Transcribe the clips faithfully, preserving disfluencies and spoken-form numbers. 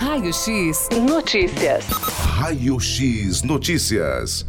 Raio X Notícias. Raio X Notícias.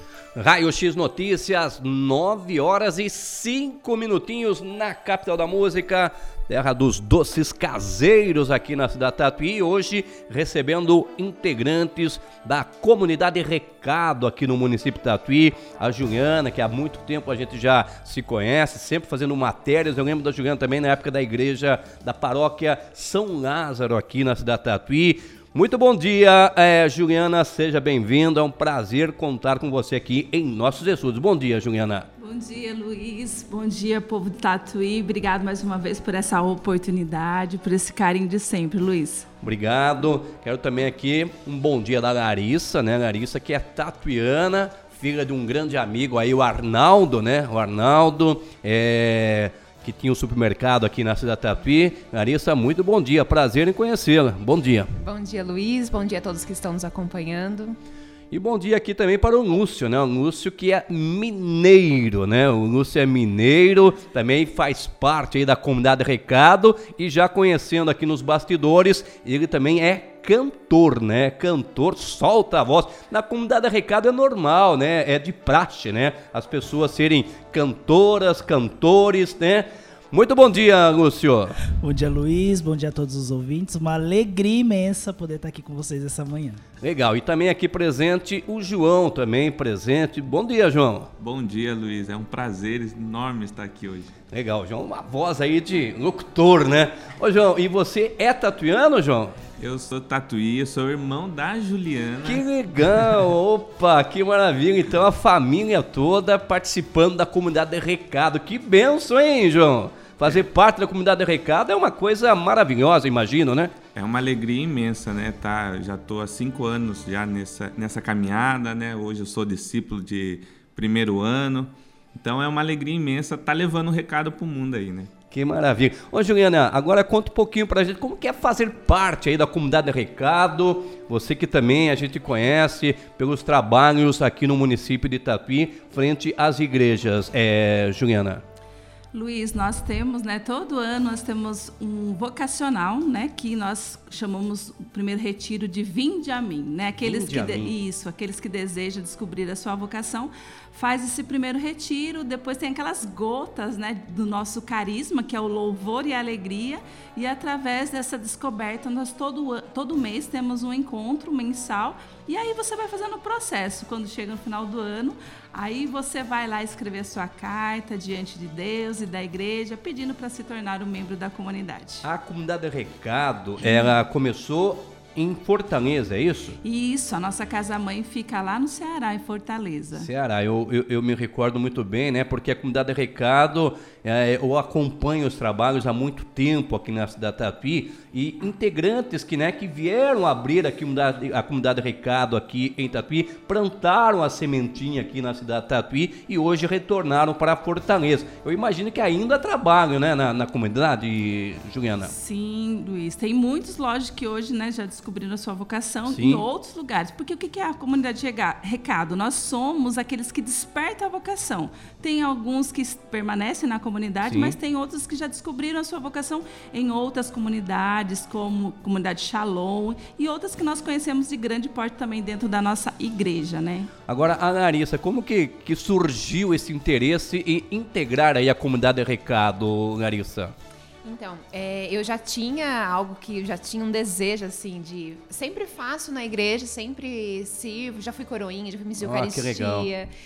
Raio X Notícias, nove horas e cinco minutinhos na capital da música, terra dos doces caseiros aqui na cidade de Tatuí. Hoje recebendo integrantes da comunidade Recado aqui no município de Tatuí. A Juliana, que há muito tempo a gente já se conhece, sempre fazendo matérias. Eu lembro da Juliana também na época da igreja da paróquia São Lázaro aqui na cidade de Tatuí. Muito bom dia, é, Juliana, seja bem-vinda, é um prazer contar com você aqui em nossos estudos. Bom dia, Juliana. Bom dia, Luiz, bom dia, povo de Tatuí, obrigado mais uma vez por essa oportunidade, por esse carinho de sempre, Luiz. Obrigado, quero também aqui um bom dia da Larissa, né, Larissa que é tatuiana, filha de um grande amigo aí, o Arnaldo, né, o Arnaldo, é... que tinha um supermercado aqui na cidade de Tatuí. Larissa, muito bom dia, prazer em conhecê-la. Bom dia. Bom dia, Luiz, bom dia a todos que estão nos acompanhando. E bom dia aqui também para o Lúcio, né? O Lúcio que é mineiro, né? O Lúcio é mineiro, também faz parte aí da comunidade Recado e já conhecendo aqui nos bastidores, ele também é cantor, né? Cantor, solta a voz. Na comunidade Recado é normal, né? É de praxe, né? As pessoas serem cantoras, cantores, né? Muito bom dia, Lúcio. Bom dia, Luiz. Bom dia a todos os ouvintes. Uma alegria imensa poder estar aqui com vocês essa manhã. Legal. E também aqui presente o João, também presente. Bom dia, João. Bom dia, Luiz. É um prazer enorme estar aqui hoje. Legal, João. Uma voz aí de locutor, né? Ô, João, e você é tatuiano, João? Eu sou tatuí, eu sou irmão da Juliana. Que legal, opa, que maravilha. Então a família toda participando da comunidade de Recado. Que benção, hein, João? Fazer parte da comunidade de Recado é uma coisa maravilhosa, imagino, né? É uma alegria imensa, né? Tá, já estou há cinco anos já nessa, nessa caminhada, né? Hoje eu sou discípulo de primeiro ano. Então é uma alegria imensa estar levando o recado para o mundo aí, né? Que maravilha. Ô, Juliana, agora conta um pouquinho pra gente como que é fazer parte aí da comunidade de Recado, você que também a gente conhece pelos trabalhos aqui no município de Tatuí, frente às igrejas, é, Juliana. Luiz, nós temos, né, todo ano nós temos um vocacional, né, que nós chamamos o primeiro retiro de Vinde a Mim, né, aqueles Vinde que a de, mim. isso, aqueles que desejam descobrir a sua vocação, faz esse primeiro retiro, depois tem aquelas gotas, né, do nosso carisma, que é o louvor e a alegria, e através dessa descoberta nós todo todo mês temos um encontro mensal, e aí você vai fazendo o processo, quando chega no final do ano, aí você vai lá escrever a sua carta diante de Deus e da igreja, pedindo para se tornar um membro da comunidade. A comunidade de Recado, ela começou em Fortaleza, é isso? Isso, a nossa casa-mãe fica lá no Ceará, em Fortaleza. Ceará, eu, eu, eu me recordo muito bem, né? Porque a comunidade de Recado, é, eu acompanho os trabalhos há muito tempo aqui na cidade de Tatuí e integrantes que, né, que vieram abrir a comunidade, a comunidade de Recado aqui em Tatuí, plantaram a sementinha aqui na cidade de Tatuí e hoje retornaram para Fortaleza. Eu imagino que ainda trabalham, né, na, na comunidade, Juliana? Sim, Luiz. Tem muitos, lógico, que hoje, né, já descobriram a sua vocação. Sim. Em outros lugares. Porque o que é a comunidade de Recado? Nós somos aqueles que despertam a vocação. Tem alguns que permanecem na comunidade, sim, mas tem outros que já descobriram a sua vocação em outras comunidades, como a comunidade Shalom, e outras que nós conhecemos de grande porte também dentro da nossa igreja, né? Agora, a Larissa, como que, que surgiu esse interesse em integrar aí a comunidade de Recado, Larissa? Então, é, eu já tinha algo que eu já tinha um desejo, assim, de... Sempre faço na igreja, sempre sirvo, já fui coroinha, já fui missa de Eucaristia. Que legal.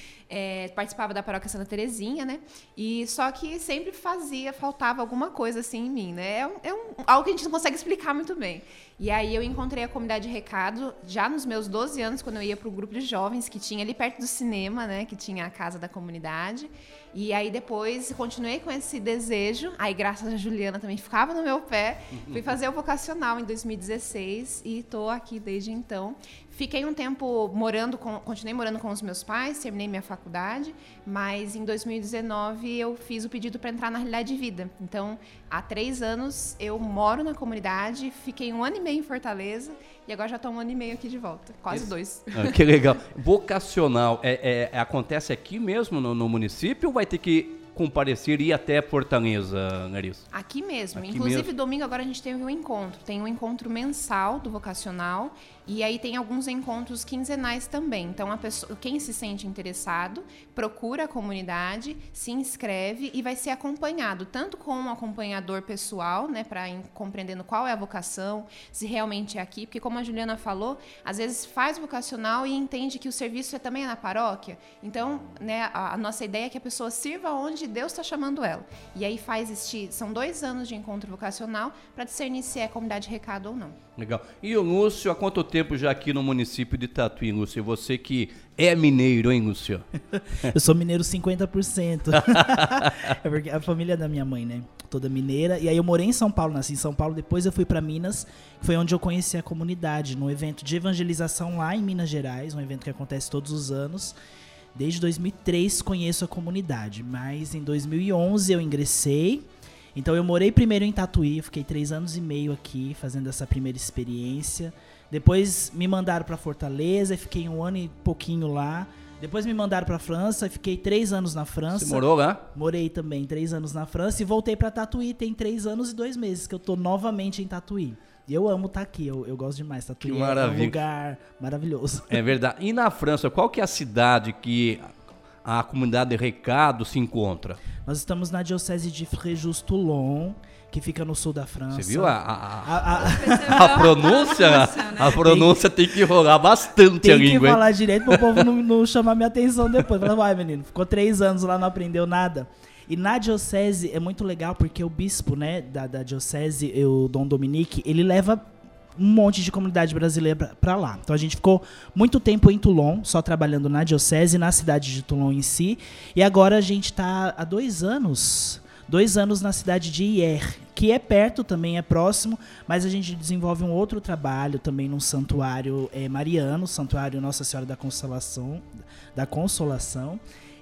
É, participava da paróquia Santa Terezinha, né? E só que sempre fazia, faltava alguma coisa assim em mim, né? É, um, é um, algo que a gente não consegue explicar muito bem. E aí eu encontrei a comunidade de Recado já nos meus doze anos, quando eu ia para o grupo de jovens que tinha ali perto do cinema, né? Que tinha a casa da comunidade. E aí depois continuei com esse desejo. Aí graças a Juliana também ficava no meu pé. Fui fazer o vocacional em dois mil e dezesseis e estou aqui desde então. Fiquei um tempo morando, com, continuei morando com os meus pais, terminei minha faculdade, mas em dois mil e dezenove eu fiz o pedido para entrar na Realidade de Vida. Então, há três anos eu moro na comunidade, fiquei um ano e meio em Fortaleza e agora já estou um ano e meio aqui de volta, quase Isso. dois. Ah, que legal. Vocacional, é, é, acontece aqui mesmo no, no município ou vai ter que comparecer e ir até Fortaleza, Larissa? Aqui mesmo. Aqui Inclusive, mesmo. domingo agora a gente teve um encontro. Tem um encontro mensal do vocacional e aí tem alguns encontros quinzenais também. Então, a pessoa, quem se sente interessado, procura a comunidade, se inscreve e vai ser acompanhado, tanto com um acompanhador pessoal, né, para ir compreendendo qual é a vocação, se realmente é aqui, porque como a Juliana falou, às vezes faz vocacional e entende que o serviço é também na paróquia. Então, né, a, a nossa ideia é que a pessoa sirva onde Deus está chamando ela. E aí faz este, são dois anos de encontro vocacional para discernir se é comunidade recado ou não. Legal. E o Lúcio, há quanto tempo já aqui no município de Tatuí, Lúcio? Você que é mineiro, hein, Lúcio? Eu sou mineiro cinquenta por cento. É porque a família da minha mãe, né? Toda mineira. E aí eu morei em São Paulo, nasci em São Paulo. Depois eu fui para Minas, que foi onde eu conheci a comunidade, num evento de evangelização lá em Minas Gerais, um evento que acontece todos os anos. Desde dois mil e três conheço a comunidade, mas em dois mil e onze eu ingressei. Então eu morei primeiro em Tatuí, fiquei três anos e meio aqui fazendo essa primeira experiência. Depois me mandaram para Fortaleza, fiquei um ano e pouquinho lá. Depois me mandaram para França, fiquei três anos na França. Você morou lá? Morei também três anos na França e voltei para Tatuí. Tem três anos e dois meses que eu tô novamente em Tatuí. E eu amo estar aqui, eu, eu gosto demais. Tatuí Que é maravilha. um lugar maravilhoso. É verdade. E na França, qual que é a cidade que a comunidade de Recado se encontra? Nós estamos na diocese de Fréjus-Toulon, que fica no sul da França. Você viu a, a, a, A, a, a pronúncia? A pronúncia tem que rolar bastante tem a que língua, hein? falar direito para o povo não, não chamar minha atenção depois. Falar, vai menino, ficou três anos lá, não aprendeu nada. E na diocese é muito legal porque o bispo, né, da, da diocese, o Dom Dominique, ele leva um monte de comunidade brasileira para lá. Então a gente ficou muito tempo em Toulon, só trabalhando na diocese, na cidade de Toulon em si. E agora a gente está há dois anos, dois anos na cidade de Hyères, que é perto também, é próximo, mas a gente desenvolve um outro trabalho também num santuário é, mariano, santuário Nossa Senhora da Consolação, da Consolação.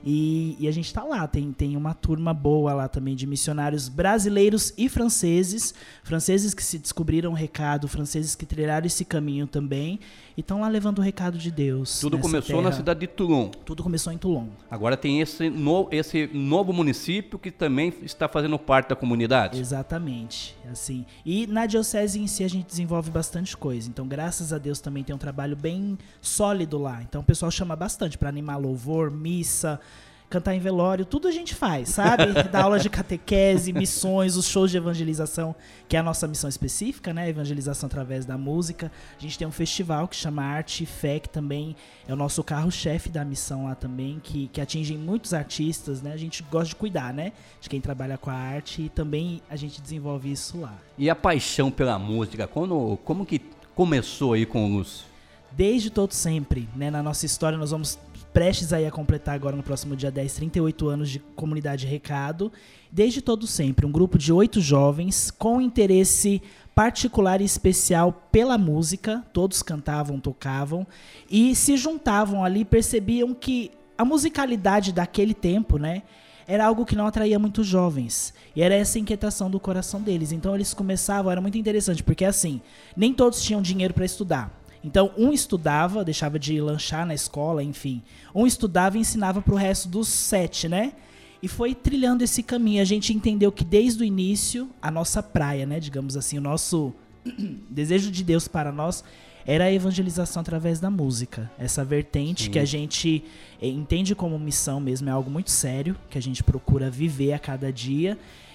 E, e a gente tá lá, tem, tem uma turma boa lá também de missionários brasileiros e franceses, franceses que se descobriram o recado, franceses que trilharam esse caminho também, e estão lá levando o recado de Deus. Tudo começou terra. na cidade de Toulon. Tudo começou em Toulon. Agora tem esse, no, esse novo município que também está fazendo parte da comunidade. Exatamente, assim. E na diocese em si a gente desenvolve bastante coisa. Então, graças a Deus também tem um trabalho bem sólido lá. Então, o pessoal chama bastante para animar louvor, missa, cantar em velório, tudo a gente faz, sabe? Dá aula de catequese, missões, os shows de evangelização, que é a nossa missão específica, né? Evangelização através da música. A gente tem um festival que chama Arte e Fé, que também é o nosso carro-chefe da missão lá também, que, que atinge muitos artistas, né? A gente gosta de cuidar, né? De quem trabalha com a arte, e também a gente desenvolve isso lá. E a paixão pela música, quando, como que começou aí com o Lúcio? Desde todo sempre, né? Na nossa história nós vamos prestes aí a completar agora no próximo dia dez, trinta e oito anos de comunidade Recado. Desde todo sempre, um grupo de oito jovens com interesse particular e especial pela música, todos cantavam, tocavam e se juntavam ali, percebiam que a musicalidade daquele tempo, né, era algo que não atraía muitos jovens. E era essa inquietação do coração deles. Então eles começavam, era muito interessante, porque assim, nem todos tinham dinheiro para estudar. Então, um estudava, deixava de lanchar na escola, enfim. Um estudava e ensinava para o resto dos sete, né? E foi trilhando esse caminho. A gente entendeu que desde o início, a nossa praia, né? Digamos assim, o nosso desejo de Deus para nós era a evangelização através da música. Essa vertente Sim. que a gente entende como missão mesmo, é algo muito sério, que a gente procura viver a cada dia.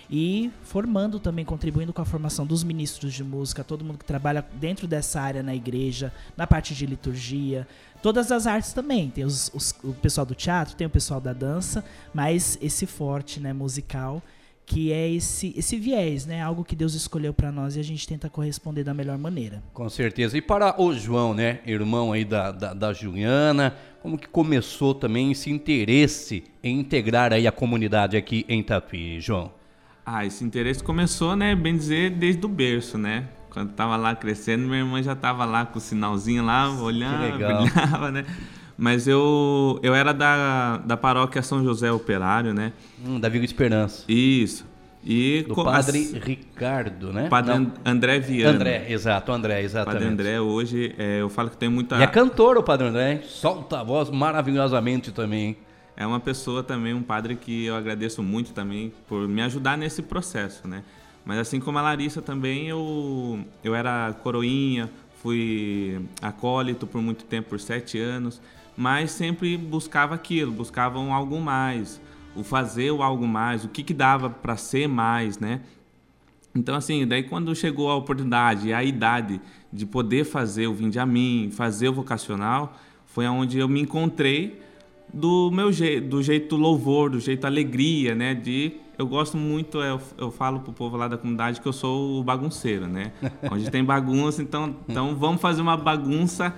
E formando também, contribuindo com a formação dos ministros de música, todo mundo que trabalha dentro dessa área na igreja, na parte de liturgia, todas as artes também, tem os, os, o pessoal do teatro, tem o pessoal da dança, mas esse forte, né, musical, que é esse, esse viés, né, algo que Deus escolheu para nós e a gente tenta corresponder da melhor maneira. Com certeza. E para o João, né, irmão aí da, da, da Juliana, como que começou também esse interesse em integrar aí a comunidade aqui em Tatuí, João? Ah, esse interesse começou, né, bem dizer, desde o berço, né? Quando tava lá crescendo, minha irmã já tava lá com o sinalzinho lá, olhando, brilhava, né? Mas eu, eu era da, da paróquia São José Operário, né? Hum, da Vila Esperança. Isso. E do padre as... Ricardo, né? Padre Não. André Viana. André, exato, André, exatamente. Padre André, hoje, é, eu falo que tem muita... E é cantor o Padre André, hein? Solta a voz maravilhosamente também, hein? é uma pessoa também, um padre que eu agradeço muito também por me ajudar nesse processo, né? Mas assim como a Larissa também, eu, eu era coroinha, fui acólito por muito tempo, por sete anos, mas sempre buscava aquilo, buscava um algo mais, o fazer o algo mais, o que, que dava para ser mais, né? Então, assim, daí quando chegou a oportunidade, a idade de poder fazer o Vinde a Mim, fazer o vocacional, foi onde eu me encontrei do meu jeito, do jeito louvor, do jeito alegria, né? De, eu gosto muito, eu, eu falo pro povo lá da comunidade que eu sou o bagunceiro, né? Onde tem bagunça, então, então vamos fazer uma bagunça,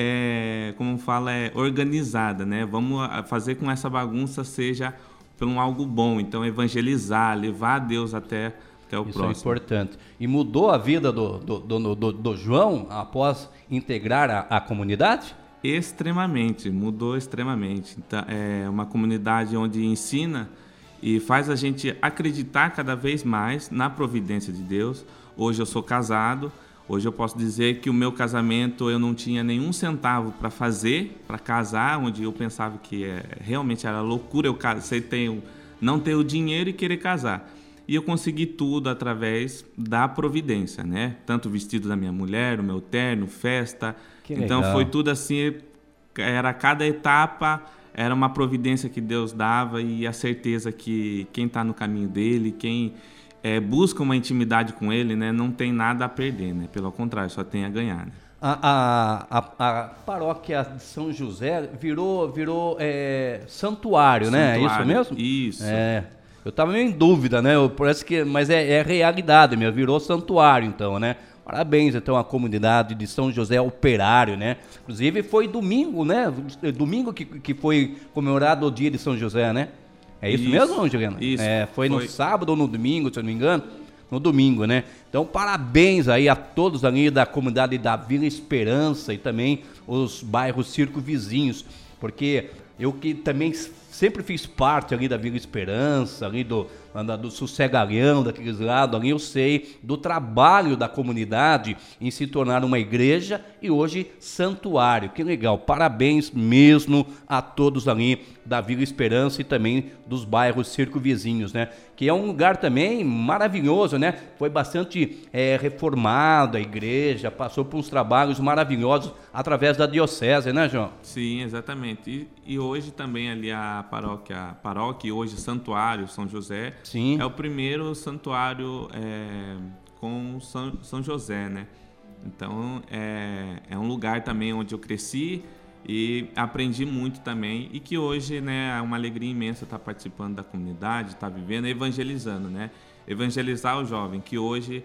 é, como fala, é, organizada, né? Vamos fazer com que essa bagunça seja por um algo bom, então evangelizar, levar a Deus até Até o Isso próximo. é importante. E mudou a vida do, do, do, do, do João após integrar a, a comunidade? Extremamente, mudou extremamente. Então, é uma comunidade onde ensina e faz a gente acreditar cada vez mais na providência de Deus. Hoje eu sou casado, hoje eu posso dizer que o meu casamento eu não tinha nenhum centavo para fazer, para casar, onde eu pensava que é, realmente era loucura eu casar, ter, não ter o dinheiro e querer casar. E eu consegui tudo através da providência, né? Tanto o vestido da minha mulher, o meu terno, festa. Que então legal. foi tudo assim, era cada etapa, era uma providência que Deus dava e a certeza que quem está no caminho dele, quem é, busca uma intimidade com ele, né? Não tem nada a perder, né? Pelo contrário, só tem a ganhar, né? A, a, a, a paróquia de São José virou, virou é, santuário, né? É isso Santuário, mesmo? Isso. É. Eu estava meio em dúvida, né? Eu, parece que, mas é, é realidade mesmo, virou santuário então, né? Parabéns então à comunidade de São José Operário, né? Inclusive foi domingo, né? Domingo que, que foi comemorado o dia de São José, né? É isso, isso mesmo, Juliana? Isso. É, foi, foi no sábado ou no domingo, se eu não me engano? No domingo, né? Então, parabéns aí a todos ali da comunidade da Vila Esperança e também os bairros circunvizinhos, porque eu que também sempre fiz parte ali da Vila Esperança, ali do, do Sossegalhão, daqueles lados ali, eu sei do trabalho da comunidade em se tornar uma igreja e hoje santuário. Que legal, parabéns mesmo a todos ali da Vila Esperança e também dos bairros circunvizinhos, né? Que é um lugar também maravilhoso, né? Foi bastante é, reformada a igreja, passou por uns trabalhos maravilhosos através da diocese, né, João? Sim, exatamente. E, e hoje também ali a paróquia, paróquia hoje Santuário São José, Sim. é o primeiro santuário é, com São, São José, né? Então é, é um lugar também onde eu cresci e aprendi muito também e que hoje, né, é uma alegria imensa estar participando da comunidade, estar vivendo e evangelizando, né? Evangelizar o jovem, que hoje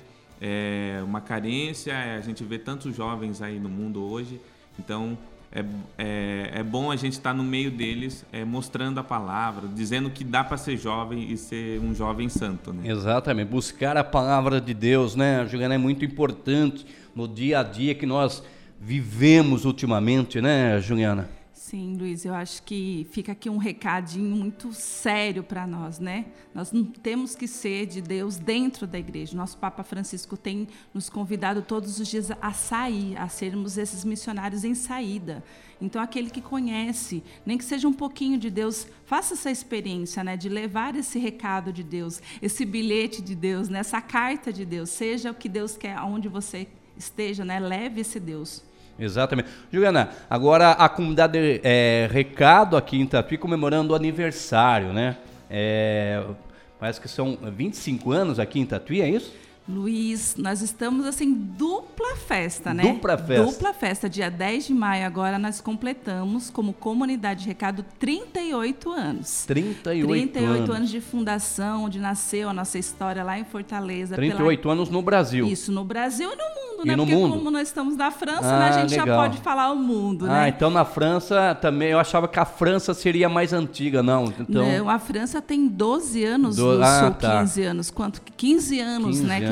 é uma carência, a gente vê tantos jovens aí no mundo hoje, então é, é, é bom a gente estar no meio deles, é, mostrando a palavra, dizendo que dá para ser jovem e ser um jovem santo, né? Exatamente, buscar a palavra de Deus, né, Juliana, é muito importante no dia a dia que nós vivemos ultimamente, né, Juliana? Sim, Luiz, eu acho que fica aqui um recadinho muito sério para nós, né? Nós não temos que ser de Deus dentro da igreja. Nosso Papa Francisco tem nos convidado todos os dias a sair, a sermos esses missionários em saída. Então, aquele que conhece, nem que seja um pouquinho de Deus, faça essa experiência, né, de levar esse recado de Deus, esse bilhete de Deus, né, essa carta de Deus, seja o que Deus quer, aonde você esteja, né, leve esse Deus. Exatamente. Juliana, agora a comunidade é, Recado aqui em Tatuí comemorando o aniversário, né? É, parece que são vinte e cinco anos aqui em Tatuí, é isso? Luiz, nós estamos assim, dupla festa, né? Dupla festa. Dupla festa. Dia dez de maio agora nós completamos como comunidade Recado trinta e oito anos. trinta e oito, trinta e oito anos. anos de fundação, onde nasceu a nossa história lá em Fortaleza. trinta e oito pela... anos no Brasil. Isso, no Brasil e no mundo, E né? no Porque mundo? como nós estamos na França, Ah, né? a gente legal. já pode falar o mundo, Ah, né? então na França também, eu achava que a França seria mais antiga, não. Então, Não, a França tem doze anos, Do- do... ah, ou tá. quinze anos. Quanto? quinze anos, quinze né? Que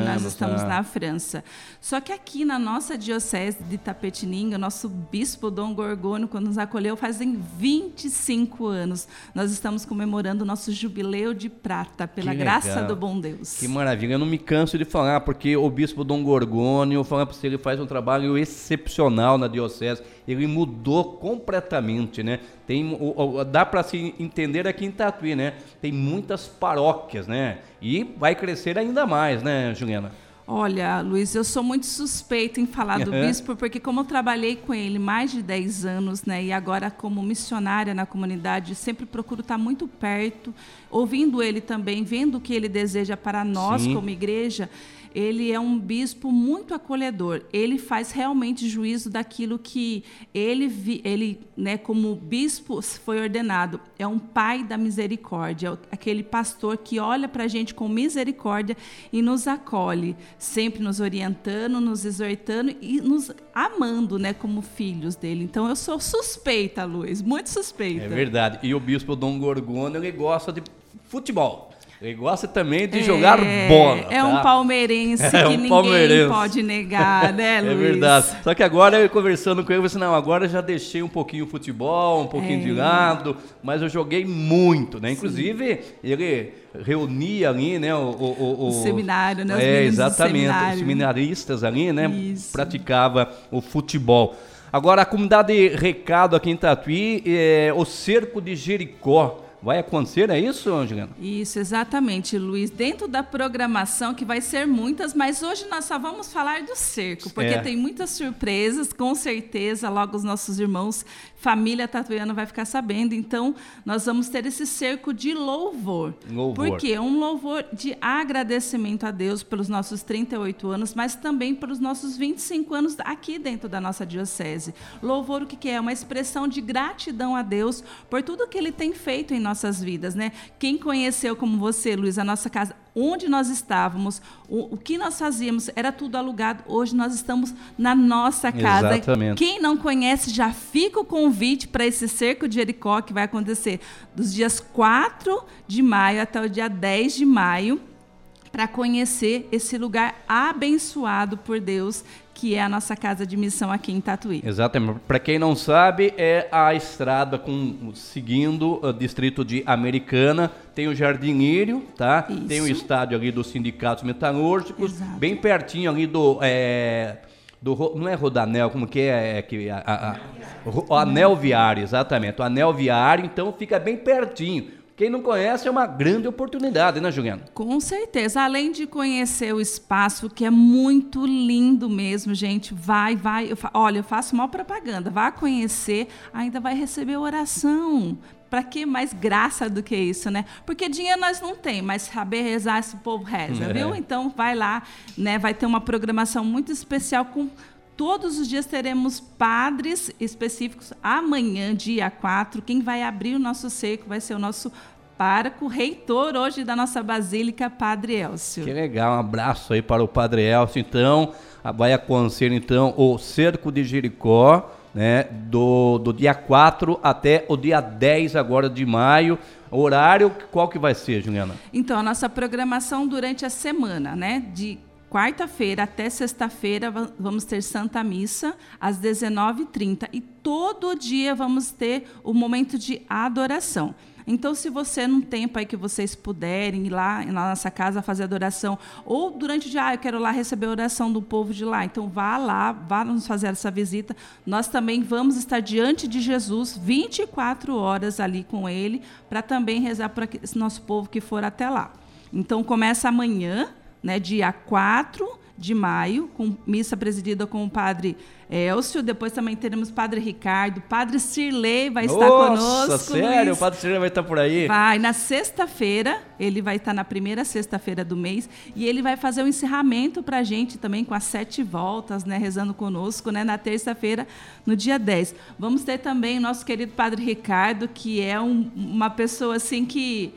nós anos, estamos tá. na França. Só que aqui na nossa diocese de Itapetininga, o nosso bispo Dom Gorgônio, quando nos acolheu, fazem vinte e cinco anos. Nós estamos comemorando o nosso jubileu de prata, pela Que graça legal. do bom Deus. Que maravilha, eu não me canso de falar, porque o bispo Dom Gorgônio, falando para você, ele faz um trabalho excepcional na diocese, ele mudou completamente, né? Tem, o, o, dá para se entender aqui em Tatuí, né? Tem muitas paróquias, né? E vai crescer ainda mais, né, Juliana? Olha, Luiz, eu sou muito suspeita em falar do bispo, porque como eu trabalhei com ele mais de dez anos, né, e agora como missionária na comunidade, sempre procuro estar muito perto, ouvindo ele também, vendo o que ele deseja para nós Sim. como igreja. Ele é um bispo muito acolhedor. Ele faz realmente juízo daquilo que ele, vi, ele né, como bispo, foi ordenado. É um pai da misericórdia, aquele pastor que olha para a gente com misericórdia e nos acolhe, sempre nos orientando, nos exortando e nos amando, né, como filhos dele. Então, eu sou suspeita, Luiz, muito suspeita. É verdade. E o bispo Dom Gorgônio, ele gosta de futebol. Ele gosta também de é, jogar bola. É tá? um palmeirense é que um ninguém palmeirense. pode negar, né, Luiz? É verdade. Só que agora, eu conversando com ele, eu falei assim, não, agora eu já deixei um pouquinho o futebol, um pouquinho é. de lado, mas eu joguei muito, né? Inclusive, Sim. ele reunia ali, né? O, o, o, o seminário, né? Os é, exatamente. Os seminaristas ali, né? Isso. Praticava o futebol. Agora, a comunidade Recado aqui em Tatuí, é, o Cerco de Jericó. Vai acontecer, é isso, Juliana? Isso, exatamente, Luiz. Dentro da programação, que vai ser muitas, mas hoje nós só vamos falar do cerco, porque é. tem muitas surpresas, com certeza, logo os nossos irmãos, família tatuiana vai ficar sabendo. Então, nós vamos ter esse cerco de louvor. Louvor. Porque é um louvor de agradecimento a Deus pelos nossos trinta e oito anos, mas também pelos nossos vinte e cinco anos aqui dentro da nossa diocese. Louvor, o que, que é? Uma expressão de gratidão a Deus por tudo que Ele tem feito em nós. Nossas vidas, né? Quem conheceu como você, Luiz, a nossa casa, onde nós estávamos, o, o que nós fazíamos, era tudo alugado. Hoje nós estamos na nossa casa. Exatamente. Quem não conhece, já fica o convite para esse cerco de Jericó, que vai acontecer dos dias quatro de maio até o dia dez de maio, para conhecer esse lugar abençoado por Deus, que é a nossa casa de missão aqui em Tatuí. Exatamente. Para quem não sabe, é a estrada com, seguindo o distrito de Americana, tem o Jardim Lírio, tá? Isso. Tem o estádio ali dos sindicatos metalúrgicos, Exato. Bem pertinho ali do... É, do não é Rodanel, como que é? é que, a, a, a, o Anel Viário, exatamente. O Anel Viário, então, fica bem pertinho. Quem não conhece é uma grande oportunidade, né, Juliana? Com certeza. Além de conhecer o espaço, que é muito lindo mesmo, gente, vai, vai. Eu fa- Olha, eu faço mal propaganda. Vai conhecer, ainda vai receber oração. Para que mais graça do que isso, né? Porque dinheiro nós não tem, mas saber rezar, esse povo reza, é. viu? Então, vai lá, né? Vai ter uma programação muito especial com... Todos os dias teremos padres específicos. Amanhã, dia quatro, quem vai abrir o nosso cerco vai ser o nosso pároco, reitor hoje da nossa Basílica, Padre Elcio. Que legal, um abraço aí para o Padre Elcio. Então, vai acontecer então o Cerco de Jericó, né, do, do dia quatro até o dia dez agora de maio. O horário, qual que vai ser, Juliana? Então, a nossa programação durante a semana, né, de quarta-feira até sexta-feira vamos ter Santa Missa às dezenove e trinta e todo dia vamos ter o momento de adoração. Então, se você, num tempo aí que vocês puderem ir lá na nossa casa fazer adoração, ou durante o dia, ah, eu quero lá receber a oração do povo de lá, então vá lá, vá nos fazer essa visita. Nós também vamos estar diante de Jesus vinte e quatro horas ali com ele, para também rezar para esse nosso povo que for até lá. Então, começa amanhã, né, dia quatro de maio, com missa presidida com o Padre Elcio. Depois também teremos Padre Ricardo, Padre Cirlei vai estar Nossa, conosco. Nossa, sério? Luiz. O Padre Cirlei vai estar por aí? Vai. Na sexta-feira, ele vai estar na primeira sexta-feira do mês, e ele vai fazer o encerramento para a gente também com as sete voltas, né, rezando conosco, né, na terça-feira, no dia dez. Vamos ter também o nosso querido Padre Ricardo, que é um, uma pessoa assim que...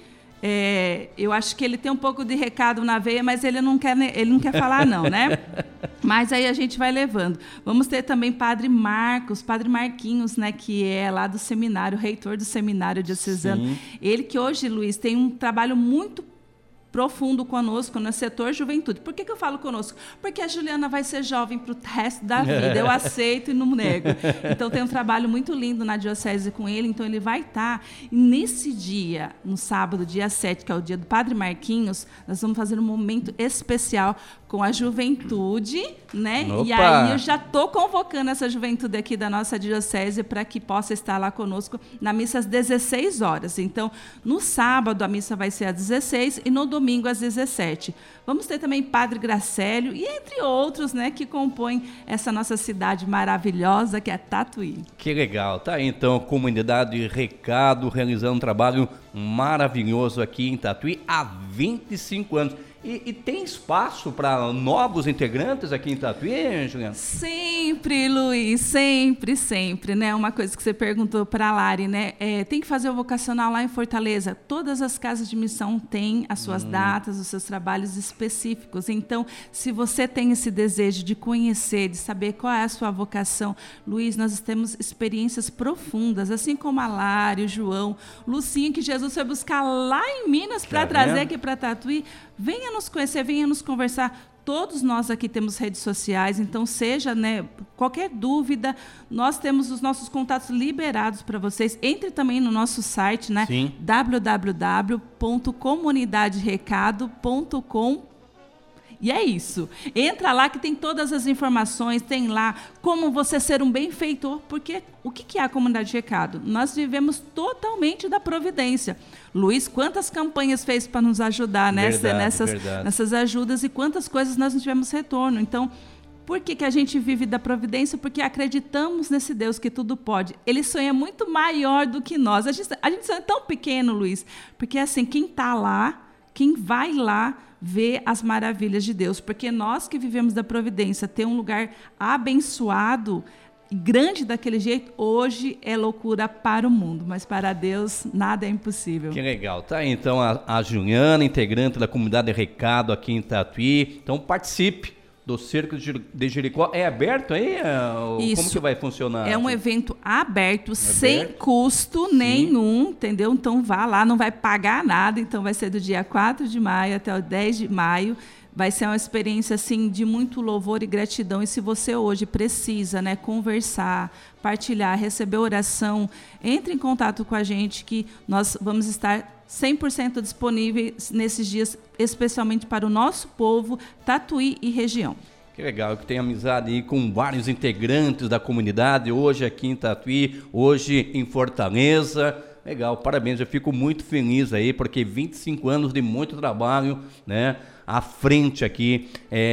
É, eu acho que ele tem um pouco de recado na veia, mas ele não quer, ele não quer falar, não, né? Mas aí a gente vai levando. Vamos ter também Padre Marcos, Padre Marquinhos, né, que é lá do seminário, reitor do seminário diocesano. Ele que hoje, Luiz, tem um trabalho muito profundo conosco no setor juventude. Por que, que eu falo conosco? Porque a Juliana vai ser jovem para o resto da vida. Eu aceito e não nego. Então, tem um trabalho muito lindo na Diocese com ele. Então, ele vai estar. E nesse dia, no sábado, dia sete, que é o dia do Padre Marquinhos, nós vamos fazer um momento especial com a juventude, né? Opa! E aí, eu já estou convocando essa juventude aqui da nossa Diocese para que possa estar lá conosco na missa às dezesseis horas. Então, no sábado, a missa vai ser às dezesseis e no domingo às dezessete. Vamos ter também Padre Gracélio e entre outros, né, que compõem essa nossa cidade maravilhosa que é Tatuí. Que legal, tá aí então, comunidade Recado realizando um trabalho maravilhoso aqui em Tatuí há vinte e cinco anos. E, e tem espaço para novos integrantes aqui em Tatuí, Juliana? Sempre, Luiz, sempre, sempre, né? Uma coisa que você perguntou para a Lari, né? É, tem que fazer o vocacional lá em Fortaleza. Todas as casas de missão têm as suas hum. datas, os seus trabalhos específicos. Então, se você tem esse desejo de conhecer, de saber qual é a sua vocação, Luiz, nós temos experiências profundas, assim como a Lari, o João, Lucinha, que Jesus foi buscar lá em Minas para tá trazer vendo? aqui para Tatuí. Venha nos conhecer, venha nos conversar. Todos nós aqui temos redes sociais, então seja, né, qualquer dúvida, nós temos os nossos contatos liberados para vocês. Entre também no nosso site, né, w w w ponto comunidade recado ponto com. E é isso. Entra lá que tem todas as informações, tem lá como você ser um benfeitor, porque o que é a comunidade de recado? Nós vivemos totalmente da providência. Luiz, quantas campanhas fez para nos ajudar nessa, verdade, nessas, verdade. nessas ajudas e quantas coisas nós não tivemos retorno. Então, por que, que a gente vive da providência? Porque acreditamos nesse Deus que tudo pode. Ele sonha muito maior do que nós. A gente, a gente sonha tão pequeno, Luiz, porque assim, quem está lá, quem vai lá, ver as maravilhas de Deus, porque nós que vivemos da providência, ter um lugar abençoado, grande daquele jeito, hoje é loucura para o mundo, mas para Deus nada é impossível. Que legal, tá aí então a, a Juliana, integrante da comunidade Recado aqui em Tatuí, então participe do Cerco de Jericó. É aberto aí? Isso. Como que vai funcionar? É um evento aberto, é sem aberto? custo Sim. nenhum, entendeu? Então vá lá, não vai pagar nada, então vai ser do dia quatro de maio até o dez de maio. Vai ser uma experiência assim, de muito louvor e gratidão. E se você hoje precisa, né, conversar, partilhar, receber oração, entre em contato com a gente que nós vamos estar cem por cento disponíveis nesses dias, especialmente para o nosso povo, Tatuí e região. Que legal, que tem amizade aí com vários integrantes da comunidade, hoje aqui em Tatuí, hoje em Fortaleza. Legal, parabéns, eu fico muito feliz aí, porque vinte e cinco anos de muito trabalho, né, à frente aqui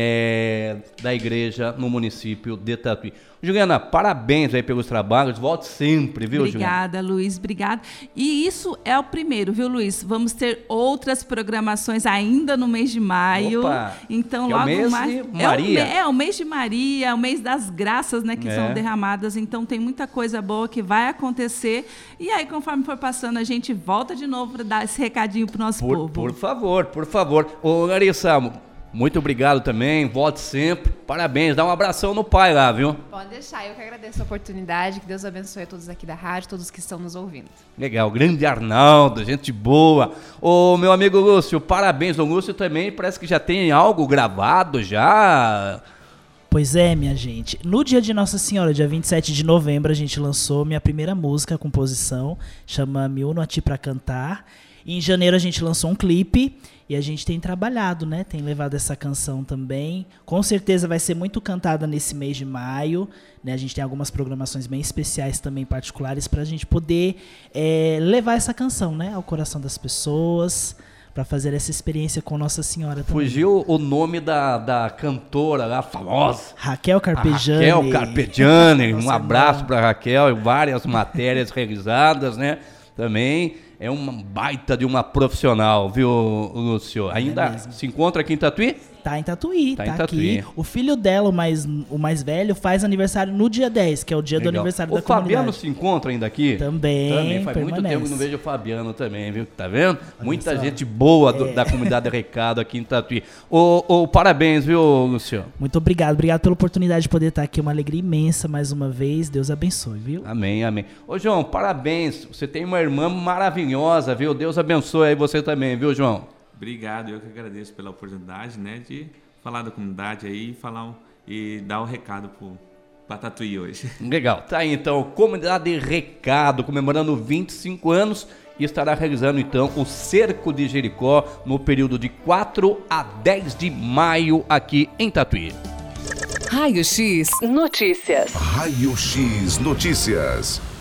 é, da igreja no município de Tatuí. Juliana, parabéns aí pelos trabalhos, volte sempre, viu, Obrigada, Juliana? Luiz, obrigada. E isso é o primeiro, viu, Luiz? Vamos ter outras programações ainda no mês de maio. Opa, então, que logo é o mês mais. de Maria. É o, é o mês de Maria, é o mês das graças, né, que é. são derramadas. Então, tem muita coisa boa que vai acontecer. E aí, conforme for passando, a gente volta de novo para dar esse recadinho pro nosso por, povo. Por favor, por favor. Ô, Larissa, muito obrigado também, volte sempre. Parabéns, dá um abração no pai lá, viu? Pode deixar, eu que agradeço a oportunidade, que Deus abençoe a todos aqui da rádio, todos que estão nos ouvindo. Legal, grande Arnaldo, gente boa. Ô, meu amigo Lúcio, parabéns. O Lúcio também parece que já tem algo gravado já. Pois é, minha gente. No dia de Nossa Senhora, dia vinte e sete de novembro, a gente lançou minha primeira música, composição, chama Me Uno a Ti Pra Cantar. E em janeiro a gente lançou um clipe e a gente tem trabalhado, né? Tem levado essa canção também. Com certeza vai ser muito cantada nesse mês de maio, né? A gente tem algumas programações bem especiais também, particulares, pra gente poder é, levar essa canção, né, ao coração das pessoas, para fazer essa experiência com Nossa Senhora também. Fugiu o nome da, da cantora lá, famosa. Raquel Carpegiani. A Raquel Carpegiani. Um abraço para Raquel, várias matérias realizadas, né? Também é uma baita de uma profissional, viu, Lúcio? Ainda é se encontra aqui em Tatuí? Tá em Tatuí, tá, tá em aqui. Tatuí. O filho dela, o mais, o mais velho, faz aniversário no dia dez, que é o dia Legal. do aniversário o da comunidade. O Fabiano se encontra ainda aqui? Também, Também, faz permanece. muito tempo que não vejo o Fabiano também, viu? Tá vendo? Olha Muita só. gente boa do, é. da comunidade Recado aqui em Tatuí. Ô, ô, parabéns, viu, Lúcio? Muito obrigado, obrigado pela oportunidade de poder estar aqui, uma alegria imensa mais uma vez, Deus abençoe, viu? Amém, amém. Ô, João, parabéns, você tem uma irmã maravilhosa, viu? Deus abençoe aí você também, viu, João? Obrigado, eu que agradeço pela oportunidade, né, de falar da comunidade aí e, falar um, e dar o um recado para Tatuí hoje. Legal, tá aí então, Comunidade Recado, comemorando vinte e cinco anos e estará realizando então o Cerco de Jericó no período de quatro a dez de maio aqui em Tatuí. Raio X Notícias. Raio X Notícias.